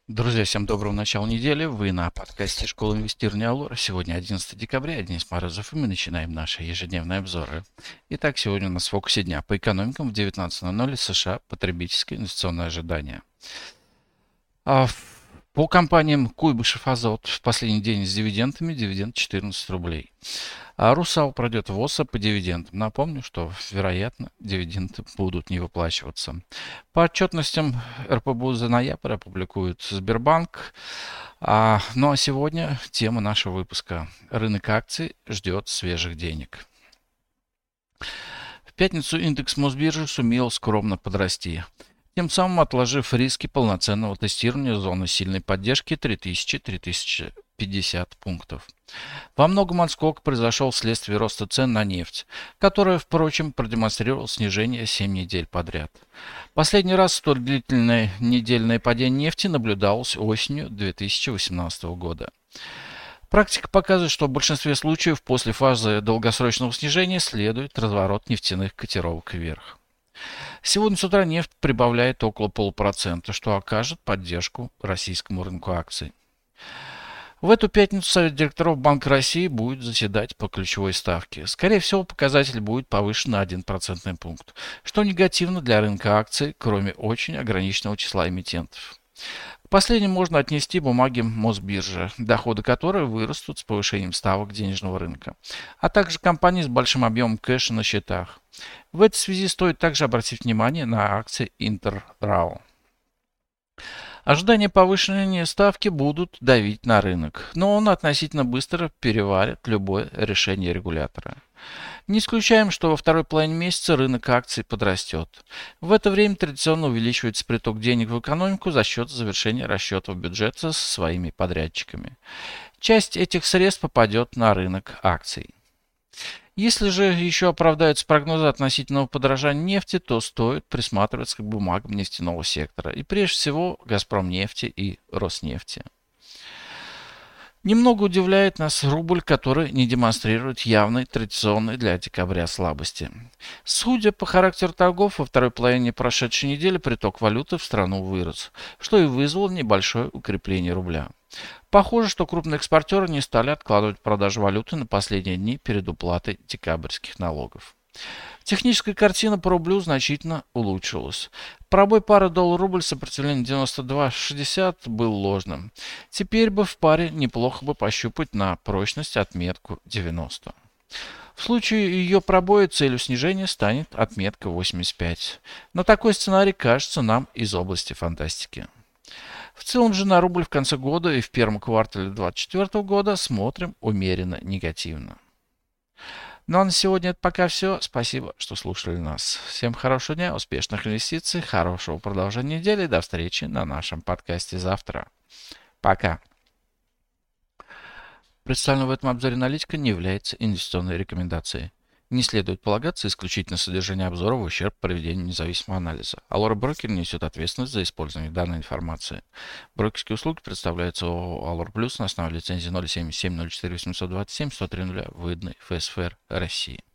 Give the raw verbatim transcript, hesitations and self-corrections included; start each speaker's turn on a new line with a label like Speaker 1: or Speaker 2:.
Speaker 1: Друзья, всем доброго начала недели. Вы на подкасте «Школа инвестирования Алора». Сегодня одиннадцатое декабря, я Денис Морозов, и мы начинаем наши ежедневные обзоры. Итак, сегодня у нас в фокусе дня. По экономикам в девятнадцать ноль ноль США потребительское инвестиционное ожидание. А в- по компаниям Куйбышев Азот в последний день с дивидендами, дивиденд четырнадцать рублей. А Русал пройдет в ОСА по дивидендам. Напомню, что, вероятно, дивиденды будут не выплачиваться. По отчетностям эр пэ бэ у за ноябрь опубликует Сбербанк. А, ну а сегодня тема нашего выпуска. Рынок акций ждет свежих денег. В пятницу индекс Мосбиржи сумел скромно подрасти, тем самым отложив риски полноценного тестирования зоны сильной поддержки три тысячи — три тысячи пятьдесят пунктов. Во многом отскок произошел вследствие роста цен на нефть, которая, впрочем, продемонстрировала снижение семь недель подряд. Последний раз столь длительное недельное падение нефти наблюдалось осенью две тысячи восемнадцатого года. Практика показывает, что в большинстве случаев после фазы долгосрочного снижения следует разворот нефтяных котировок вверх. Сегодня с утра нефть прибавляет около полупроцента, что окажет поддержку российскому рынку акций. В эту пятницу Совет директоров Банка России будет заседать по ключевой ставке. Скорее всего, показатель будет повышен на один процентный пункт, что негативно для рынка акций, кроме очень ограниченного числа эмитентов. К последним можно отнести бумаги Мосбиржи, доходы которой вырастут с повышением ставок денежного рынка, а также компании с большим объемом кэша на счетах. В этой связи стоит также обратить внимание на акции Интер-РАО. Ожидания повышения ставки будут давить на рынок, но он относительно быстро переварит любое решение регулятора. Не исключаем, что во второй половине месяца рынок акций подрастет. В это время традиционно увеличивается приток денег в экономику за счет завершения расчетов бюджета со своими подрядчиками. Часть этих средств попадет на рынок акций. Если же еще оправдаются прогнозы относительного подорожания нефти, то стоит присматриваться к бумагам нефтяного сектора, и прежде всего Газпромнефти и Роснефти. Немного удивляет нас рубль, который не демонстрирует явной традиционной для декабря слабости. Судя по характеру торгов, во второй половине прошедшей недели приток валюты в страну вырос, что и вызвало небольшое укрепление рубля. Похоже, что крупные экспортеры не стали откладывать продажу валюты на последние дни перед уплатой декабрьских налогов. Техническая картина по рублю значительно улучшилась. Пробой пары доллар-рубль с сопротивлением девяносто два шестьдесят был ложным. Теперь бы в паре неплохо бы пощупать на прочность отметку девяносто. В случае ее пробоя целью снижения станет отметка восемьдесят пять. Но такой сценарий кажется нам из области фантастики. В целом же на рубль в конце года и в первом квартале две тысячи двадцать четвёртого года смотрим умеренно негативно. Ну а на сегодня это пока все. Спасибо, что слушали нас. Всем хорошего дня, успешных инвестиций, хорошего продолжения недели. До встречи на нашем подкасте завтра. Пока. Представленная в этом обзоре аналитика не является инвестиционной рекомендацией. Не следует полагаться исключительно на содержание обзора в ущерб проведению независимого анализа. Алора Брокер несет ответственность за использование данной информации. Брокерские услуги предоставляются ООО «Алор Плюс» на основе лицензии ноль семь семь ноль четыре восемьсот двадцать семь сто три нуля, выданной эф эс эф эр России.